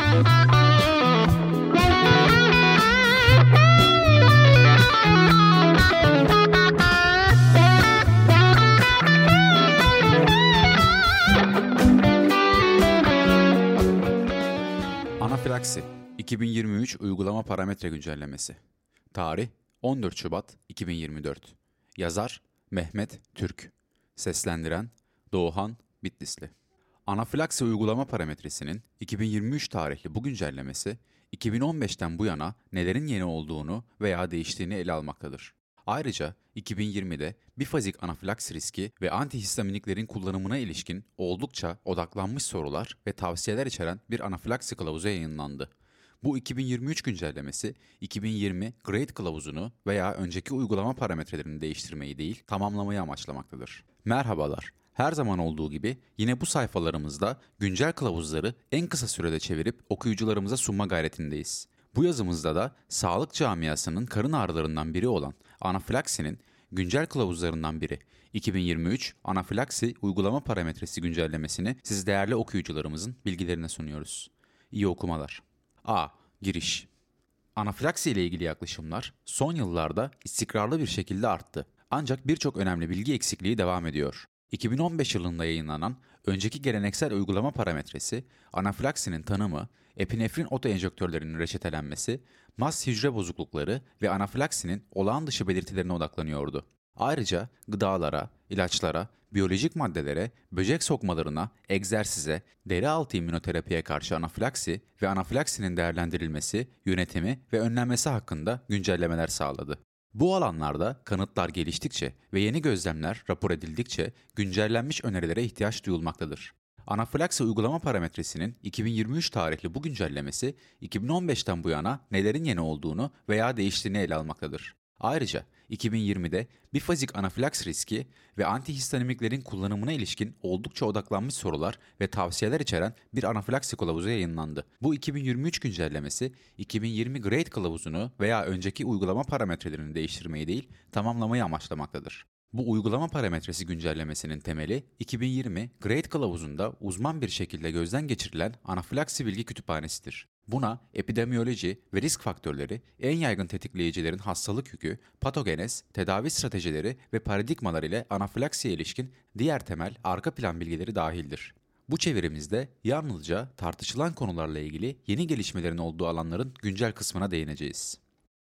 Anafilaksi 2023 uygulama parametre güncellemesi. Tarih 14 Şubat 2024. Yazar Mehmet Türk. Seslendiren Doğuhan Bitlisli. Anafilaksi uygulama parametresinin 2023 tarihli bu güncellemesi 2015'ten bu yana nelerin yeni olduğunu veya değiştiğini ele almaktadır. Ayrıca 2020'de bifazik anafilaksi riski ve antihistaminiklerin kullanımına ilişkin oldukça odaklanmış sorular ve tavsiyeler içeren bir anafilaksi kılavuzu yayınlandı. Bu 2023 güncellemesi 2020 Grade kılavuzunu veya önceki uygulama parametrelerini değiştirmeyi değil, tamamlamayı amaçlamaktadır. Merhabalar. Her zaman olduğu gibi yine bu sayfalarımızda güncel kılavuzları en kısa sürede çevirip okuyucularımıza sunma gayretindeyiz. Bu yazımızda da sağlık camiasının karın ağrılarından biri olan anafilaksinin güncel kılavuzlarından biri 2023 anafilaksi uygulama parametresi güncellemesini siz değerli okuyucularımızın bilgilerine sunuyoruz. İyi okumalar. A. Giriş. Anafilaksi ile ilgili yaklaşımlar son yıllarda istikrarlı bir şekilde arttı. Ancak birçok önemli bilgi eksikliği devam ediyor. 2015 yılında yayınlanan önceki geleneksel uygulama parametresi, anafilaksinin tanımı, epinefrin otoenjektörlerinin reçetelenmesi, mast hücre bozuklukları ve anafilaksinin olağan dışı belirtilerine odaklanıyordu. Ayrıca gıdalara, ilaçlara, biyolojik maddelere, böcek sokmalarına, egzersize, deri altı immünoterapiye karşı anafilaksi ve anafilaksinin değerlendirilmesi, yönetimi ve önlenmesi hakkında güncellemeler sağladı. Bu alanlarda kanıtlar geliştikçe ve yeni gözlemler rapor edildikçe güncellenmiş önerilere ihtiyaç duyulmaktadır. Anafilaksi uygulama parametresinin 2023 tarihli bu güncellemesi 2015'ten bu yana nelerin yeni olduğunu veya değiştiğini ele almaktadır. Ayrıca 2020'de bifazik anafilaks riski ve antihistaminiklerin kullanımına ilişkin oldukça odaklanmış sorular ve tavsiyeler içeren bir anafilaksi kılavuzu yayınlandı. Bu 2023 güncellemesi 2020 Grade kılavuzunu veya önceki uygulama parametrelerini değiştirmeyi değil, tamamlamayı amaçlamaktadır. Bu uygulama parametresi güncellemesinin temeli 2020 Grade kılavuzunda uzman bir şekilde gözden geçirilen anafilaksi bilgi kütüphanesidir. Buna epidemiyoloji ve risk faktörleri, en yaygın tetikleyicilerin hastalık yükü, patogenez, tedavi stratejileri ve paradigmalar ile anafilaksiye ilişkin diğer temel arka plan bilgileri dahildir. Bu çevirimizde yalnızca tartışılan konularla ilgili yeni gelişmelerin olduğu alanların güncel kısmına değineceğiz.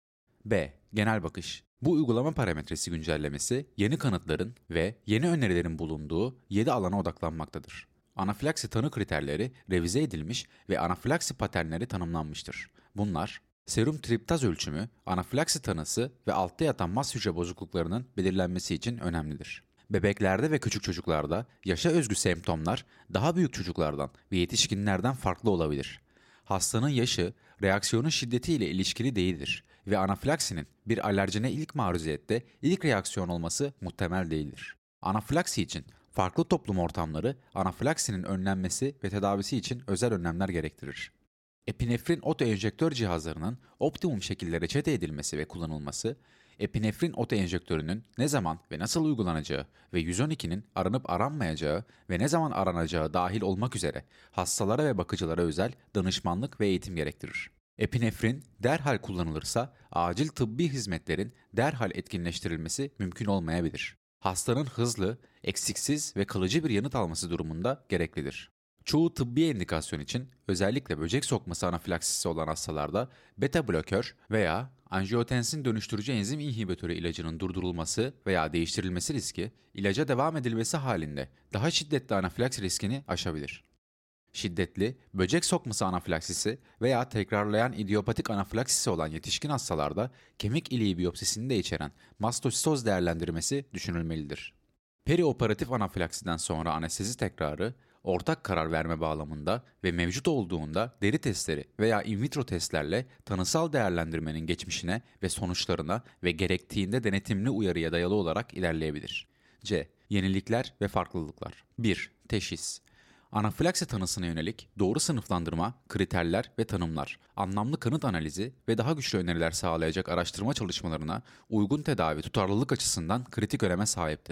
B. Genel bakış. Bu uygulama parametresi güncellemesi yeni kanıtların ve yeni önerilerin bulunduğu 7 alana odaklanmaktadır. Anafilaksi tanı kriterleri revize edilmiş ve anafilaksi paternleri tanımlanmıştır. Bunlar, serum triptaz ölçümü, anafilaksi tanısı ve altta yatan mast hücre bozukluklarının belirlenmesi için önemlidir. Bebeklerde ve küçük çocuklarda yaşa özgü semptomlar daha büyük çocuklardan ve yetişkinlerden farklı olabilir. Hastanın yaşı, reaksiyonun şiddeti ile ilişkili değildir ve anafilaksinin bir alerjene ilk maruziyette ilk reaksiyon olması muhtemel değildir. Anafilaksi için farklı toplum ortamları anafilaksinin önlenmesi ve tedavisi için özel önlemler gerektirir. Epinefrin otoenjektör cihazlarının optimum şekilde reçete edilmesi ve kullanılması, epinefrin otoenjektörünün ne zaman ve nasıl uygulanacağı ve 112'nin aranıp aranmayacağı ve ne zaman aranacağı dahil olmak üzere hastalara ve bakıcılara özel danışmanlık ve eğitim gerektirir. Epinefrin derhal kullanılırsa acil tıbbi hizmetlerin derhal etkinleştirilmesi mümkün olmayabilir. Hastanın hızlı, eksiksiz ve kalıcı bir yanıt alması durumunda gereklidir. Çoğu tıbbi indikasyon için özellikle böcek sokması anafilaksisi olan hastalarda beta blokör veya angiotensin dönüştürücü enzim inhibitörü ilacının durdurulması veya değiştirilmesi riski ilaca devam edilmesi halinde daha şiddetli anafilaks riskini aşabilir. Şiddetli, böcek sokması anafilaksisi veya tekrarlayan idiopatik anafilaksisi olan yetişkin hastalarda kemik iliği biyopsisini de içeren mastositoz değerlendirmesi düşünülmelidir. Perioperatif anafilaksiden sonra anestezi tekrarı, ortak karar verme bağlamında ve mevcut olduğunda deri testleri veya in vitro testlerle tanısal değerlendirmenin geçmişine ve sonuçlarına ve gerektiğinde denetimli uyarıya dayalı olarak ilerleyebilir. C. Yenilikler ve farklılıklar. 1. Teşhis. Anafilaksi tanısına yönelik doğru sınıflandırma, kriterler ve tanımlar, anlamlı kanıt analizi ve daha güçlü öneriler sağlayacak araştırma çalışmalarına uygun tedavi tutarlılık açısından kritik öneme sahiptir.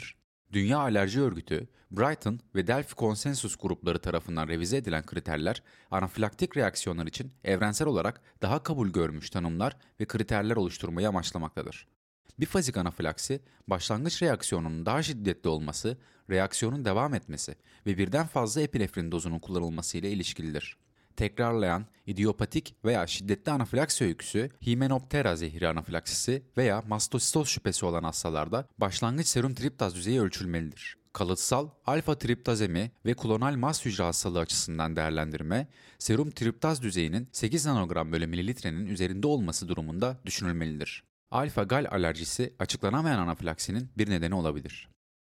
Dünya Alerji Örgütü, Brighton ve Delphi Konsensus grupları tarafından revize edilen kriterler, anafilaktik reaksiyonlar için evrensel olarak daha kabul görmüş tanımlar ve kriterler oluşturmayı amaçlamaktadır. Bifazik anafilaksi, başlangıç reaksiyonunun daha şiddetli olması, reaksiyonun devam etmesi ve birden fazla epinefrin dozunun kullanılması ile ilişkilidir. Tekrarlayan, idiopatik veya şiddetli anafilaksi öyküsü, Hymenoptera zehri anafilaksisi veya mastosistoz şüphesi olan hastalarda başlangıç serum triptaz düzeyi ölçülmelidir. Kalıtsal alfa triptazemi ve klonal mast hücre hastalığı açısından değerlendirme, serum triptaz düzeyinin 8 nanogram bölü mililitrenin üzerinde olması durumunda düşünülmelidir. Alfa gal alerjisi açıklanamayan anafilaksinin bir nedeni olabilir.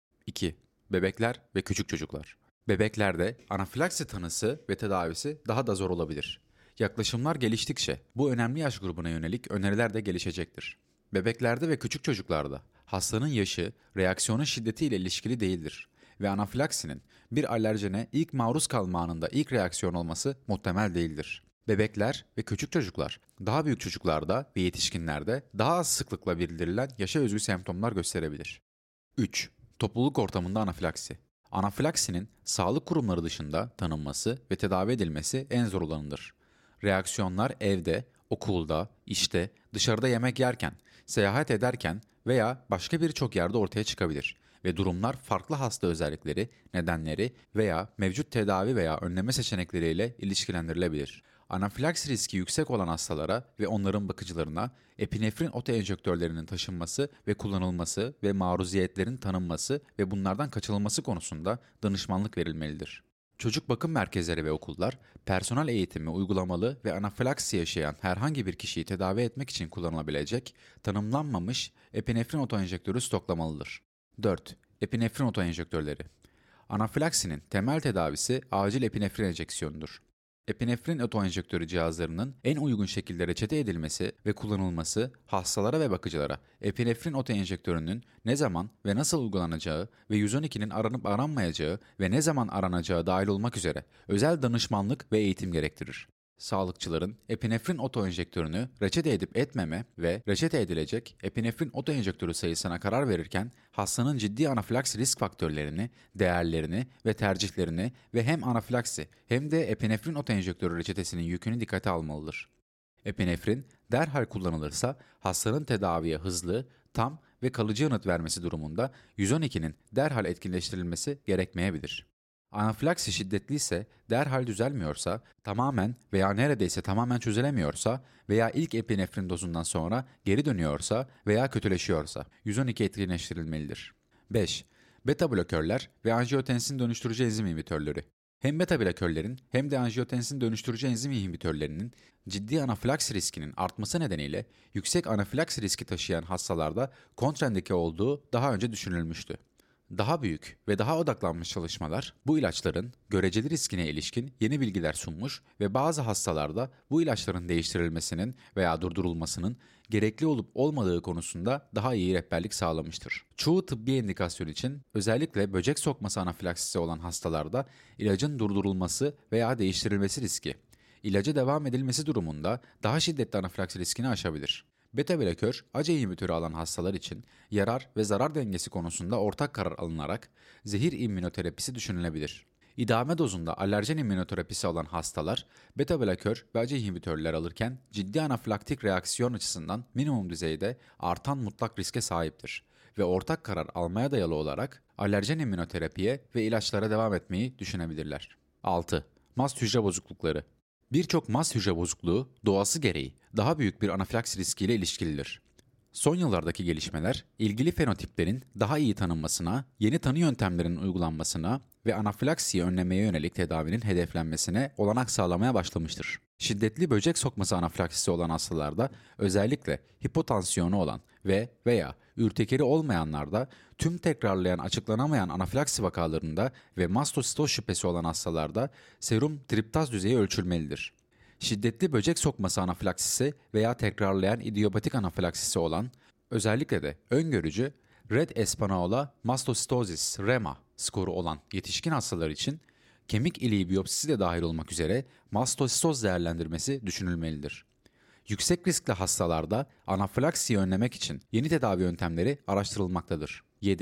2. Bebekler ve küçük çocuklar. Bebeklerde anafilaksi tanısı ve tedavisi daha da zor olabilir. Yaklaşımlar geliştikçe bu önemli yaş grubuna yönelik öneriler de gelişecektir. Bebeklerde ve küçük çocuklarda hastanın yaşı, reaksiyonun şiddeti ile ilişkili değildir ve anafilaksinin bir alerjene ilk maruz kalma anında ilk reaksiyon olması muhtemel değildir. Bebekler ve küçük çocuklar, daha büyük çocuklarda ve yetişkinlerde daha az sıklıkla bildirilen yaşa özgü semptomlar gösterebilir. 3. Topluluk ortamında anafilaksi. Anafilaksinin sağlık kurumları dışında tanınması ve tedavi edilmesi en zor olanıdır. Reaksiyonlar evde, okulda, işte, dışarıda yemek yerken, seyahat ederken veya başka birçok yerde ortaya çıkabilir ve durumlar farklı hasta özellikleri, nedenleri veya mevcut tedavi veya önleme seçenekleriyle ilişkilendirilebilir. Anafilaksi riski yüksek olan hastalara ve onların bakıcılarına epinefrin otoenjektörlerinin taşınması ve kullanılması ve maruziyetlerin tanınması ve bunlardan kaçınılması konusunda danışmanlık verilmelidir. Çocuk bakım merkezleri ve okullar, personel eğitimi uygulamalı ve anafilaksi yaşayan herhangi bir kişiyi tedavi etmek için kullanılabilecek tanımlanmamış epinefrin otoenjektörü stoklamalıdır. 4. Epinefrin otoenjektörleri. Anafilaksinin temel tedavisi acil epinefrin enjeksiyonudur. Epinefrin otoenjektörü cihazlarının en uygun şekilde reçete edilmesi ve kullanılması hastalara ve bakıcılara epinefrin otoenjektörünün ne zaman ve nasıl uygulanacağı ve 112'nin aranıp aranmayacağı ve ne zaman aranacağı dahil olmak üzere özel danışmanlık ve eğitim gerektirir. Sağlıkçıların epinefrin otoenjektörünü reçete edip etmeme ve reçete edilecek epinefrin otoenjektörü sayısına karar verirken hastanın ciddi anafilaksi risk faktörlerini, değerlerini ve tercihlerini ve hem anafilaksi hem de epinefrin otoenjektörü reçetesinin yükünü dikkate almalıdır. Epinefrin derhal kullanılırsa hastanın tedaviye hızlı, tam ve kalıcı yanıt vermesi durumunda 112'nin derhal etkinleştirilmesi gerekmeyebilir. Anafilaksi şiddetliyse, derhal düzelmiyorsa, tamamen veya neredeyse tamamen çözülemiyorsa veya ilk epinefrin dozundan sonra geri dönüyorsa veya kötüleşiyorsa 112 etkinleştirilmelidir. 5. Beta blokörler ve anjiyotensin dönüştürücü enzim inhibitörleri. Hem beta blokörlerin hem de anjiyotensin dönüştürücü enzim inhibitörlerinin ciddi anafilaksi riskinin artması nedeniyle yüksek anafilaksi riski taşıyan hastalarda kontraindike olduğu daha önce düşünülmüştü. Daha büyük ve daha odaklanmış çalışmalar bu ilaçların göreceli riskine ilişkin yeni bilgiler sunmuş ve bazı hastalarda bu ilaçların değiştirilmesinin veya durdurulmasının gerekli olup olmadığı konusunda daha iyi rehberlik sağlamıştır. Çoğu tıbbi indikasyon için özellikle böcek sokması anafilaksisi olan hastalarda ilacın durdurulması veya değiştirilmesi riski, ilaca devam edilmesi durumunda daha şiddetli anafilaksi riskini aşabilir. Beta blokör, ACE inhibitörü alan hastalar için yarar ve zarar dengesi konusunda ortak karar alınarak zehir immünoterapisi düşünülebilir. İdame dozunda alerjen immünoterapisi alan hastalar, beta blokör ve ACE inhibitörler alırken ciddi anafilaktik reaksiyon açısından minimum düzeyde artan mutlak riske sahiptir ve ortak karar almaya dayalı olarak alerjen immünoterapiye ve ilaçlara devam etmeyi düşünebilirler. 6. Mast hücre bozuklukları. Birçok mast hücre bozukluğu doğası gereği daha büyük bir anafilaksi riskiyle ilişkilidir. Son yıllardaki gelişmeler, ilgili fenotiplerin daha iyi tanınmasına, yeni tanı yöntemlerinin uygulanmasına ve anafilaksiyi önlemeye yönelik tedavinin hedeflenmesine olanak sağlamaya başlamıştır. Şiddetli böcek sokması anafilaksisi olan hastalarda, özellikle hipotansiyonu olan ve veya ürtekeri olmayanlarda, tüm tekrarlayan açıklanamayan anafilaksi vakalarında ve mastositoz şüphesi olan hastalarda serum triptaz düzeyi ölçülmelidir. Şiddetli böcek sokması anafilaksisi veya tekrarlayan idiopatik anafilaksisi olan, özellikle de öngörücü Red Espanola Mastocytosis REMA skoru olan yetişkin hastalar için kemik iliği biyopsisi de dahil olmak üzere mastositoz değerlendirmesi düşünülmelidir. Yüksek riskli hastalarda anafilaksiyi önlemek için yeni tedavi yöntemleri araştırılmaktadır. 7.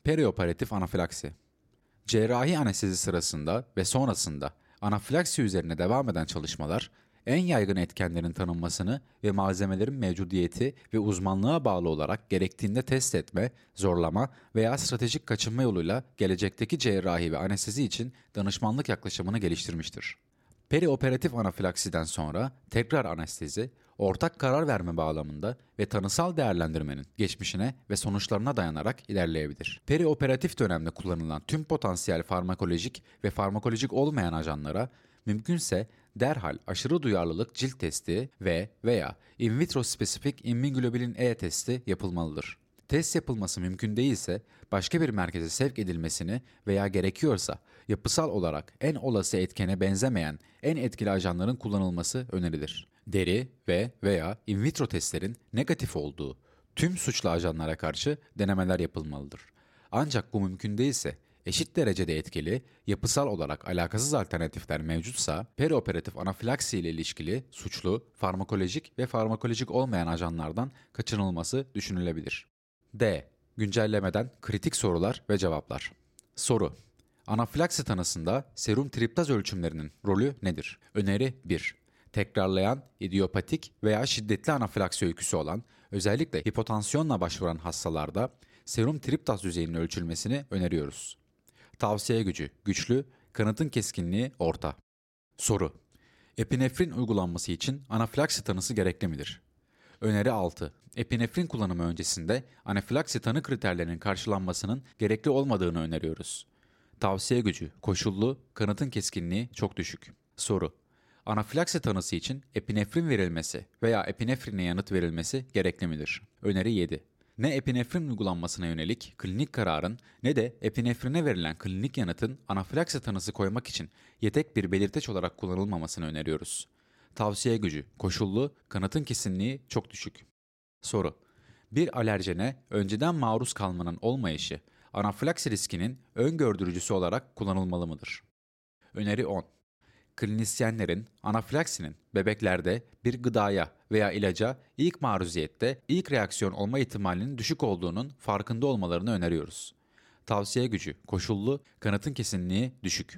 Perioperatif anafilaksi. Cerrahi anestezi sırasında ve sonrasında anafilaksi üzerine devam eden çalışmalar, en yaygın etkenlerin tanınmasını ve malzemelerin mevcudiyeti ve uzmanlığa bağlı olarak gerektiğinde test etme, zorlama veya stratejik kaçınma yoluyla gelecekteki cerrahi ve anestezi için danışmanlık yaklaşımını geliştirmiştir. Perioperatif anafilaksiden sonra tekrar anestezi, ortak karar verme bağlamında ve tanısal değerlendirmenin geçmişine ve sonuçlarına dayanarak ilerleyebilir. Perioperatif dönemde kullanılan tüm potansiyel farmakolojik ve farmakolojik olmayan ajanlara mümkünse derhal aşırı duyarlılık cilt testi ve veya in vitro spesifik immunoglobulin E testi yapılmalıdır. Test yapılması mümkün değilse başka bir merkeze sevk edilmesini veya gerekiyorsa yapısal olarak en olası etkene benzemeyen en etkili ajanların kullanılması önerilir. Deri ve veya in vitro testlerin negatif olduğu tüm suçlu ajanlara karşı denemeler yapılmalıdır. Ancak bu mümkün değilse eşit derecede etkili, yapısal olarak alakasız alternatifler mevcutsa perioperatif anafilaksi ile ilişkili suçlu, farmakolojik ve farmakolojik olmayan ajanlardan kaçınılması düşünülebilir. D. Güncellemeden kritik sorular ve cevaplar. Soru: Anafilaksi tanısında serum triptaz ölçümlerinin rolü nedir? Öneri 1. Tekrarlayan, idiopatik veya şiddetli anafilaksi öyküsü olan, özellikle hipotansiyonla başvuran hastalarda serum triptaz düzeyinin ölçülmesini öneriyoruz. Tavsiye gücü güçlü, kanıtın keskinliği orta. Soru: Epinefrin uygulanması için anafilaksi tanısı gerekli midir? Öneri 6. Epinefrin kullanımı öncesinde anafilaksi tanı kriterlerinin karşılanmasının gerekli olmadığını öneriyoruz. Tavsiye gücü koşullu, kanıtın keskinliği çok düşük. Soru: Anafilaksi tanısı için epinefrin verilmesi veya epinefrine yanıt verilmesi gerekli midir? Öneri 7. Ne epinefrin uygulanmasına yönelik klinik kararın ne de epinefrine verilen klinik yanıtın anafilaksi tanısı koymak için yedek bir belirteç olarak kullanılmamasını öneriyoruz. Tavsiye gücü koşullu, kanıtın kesinliği çok düşük. Soru: Bir alerjene önceden maruz kalmanın olmayışı anafilaksi riskinin öngördürücüsü olarak kullanılmalı mıdır? Öneri 10. Klinisyenlerin anafilaksinin bebeklerde bir gıdaya veya ilaca ilk maruziyette ilk reaksiyon olma ihtimalinin düşük olduğunun farkında olmalarını öneriyoruz. Tavsiye gücü koşullu, kanıtın kesinliği düşük.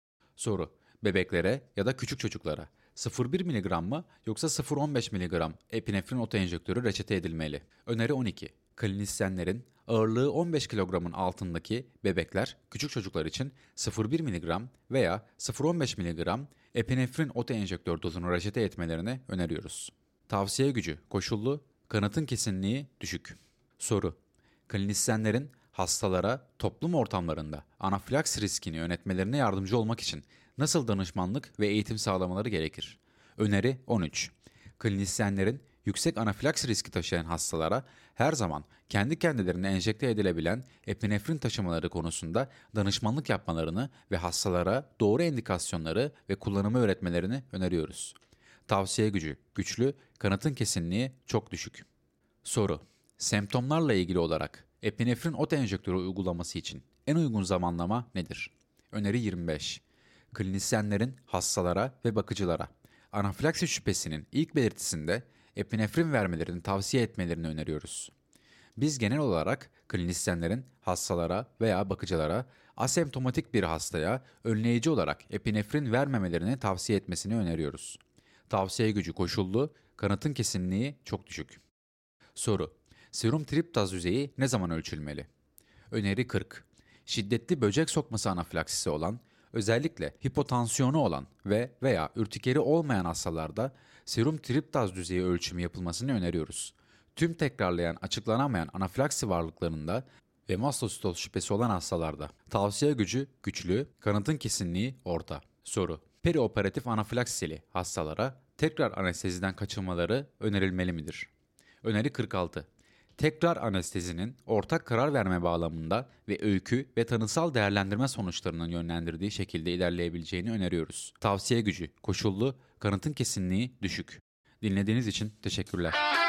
Soru: Bebeklere ya da küçük çocuklara 0,1 mg mı yoksa 0,15 mg epinefrin otoenjektörü reçete edilmeli? Öneri 12. Klinisyenlerin ağırlığı 15 kilogramın altındaki bebekler, küçük çocuklar için 0,1 mg veya 0,15 mg epinefrin otoenjektör dozunu reçete etmelerini öneriyoruz. Tavsiye gücü koşullu, kanıtın kesinliği düşük. Soru: Klinisyenlerin hastalara toplum ortamlarında anafilaksi riskini yönetmelerine yardımcı olmak için nasıl danışmanlık ve eğitim sağlamaları gerekir? Öneri 13. Klinisyenlerin yüksek anafilaksi riski taşıyan hastalara her zaman kendi kendilerine enjekte edilebilen epinefrin taşımaları konusunda danışmanlık yapmalarını ve hastalara doğru endikasyonları ve kullanımı öğretmelerini öneriyoruz. Tavsiye gücü güçlü, kanıtın kesinliği çok düşük. Soru: Semptomlarla ilgili olarak epinefrin otoenjektörü uygulaması için en uygun zamanlama nedir? Öneri 25. Klinisyenlerin hastalara ve bakıcılara anafilaksi şüphesinin ilk belirtisinde epinefrin vermelerini tavsiye etmelerini öneriyoruz. Biz genel olarak klinisyenlerin hastalara veya bakıcılara asemptomatik bir hastaya önleyici olarak epinefrin vermemelerini tavsiye etmesini öneriyoruz. Tavsiye gücü koşullu, kanıtın kesinliği çok düşük. Soru: Serum triptaz düzeyi ne zaman ölçülmeli? Öneri 40. Şiddetli böcek sokması anafilaksisi olan, özellikle hipotansiyonu olan ve veya ürtikeri olmayan hastalarda serum triptaz düzeyi ölçümü yapılmasını öneriyoruz. Tüm tekrarlayan açıklanamayan anafilaksi varlıklarında ve mastostoz şüphesi olan hastalarda. Tavsiye gücü güçlü, kanıtın kesinliği orta. Soru: Perioperatif anafilaksili hastalara tekrar anesteziden kaçınmaları önerilmeli midir? Öneri 46. Tekrar anestezinin ortak karar verme bağlamında ve öykü ve tanısal değerlendirme sonuçlarının yönlendirdiği şekilde ilerleyebileceğini öneriyoruz. Tavsiye gücü koşullu, kanıtın kesinliği düşük. Dinlediğiniz için teşekkürler.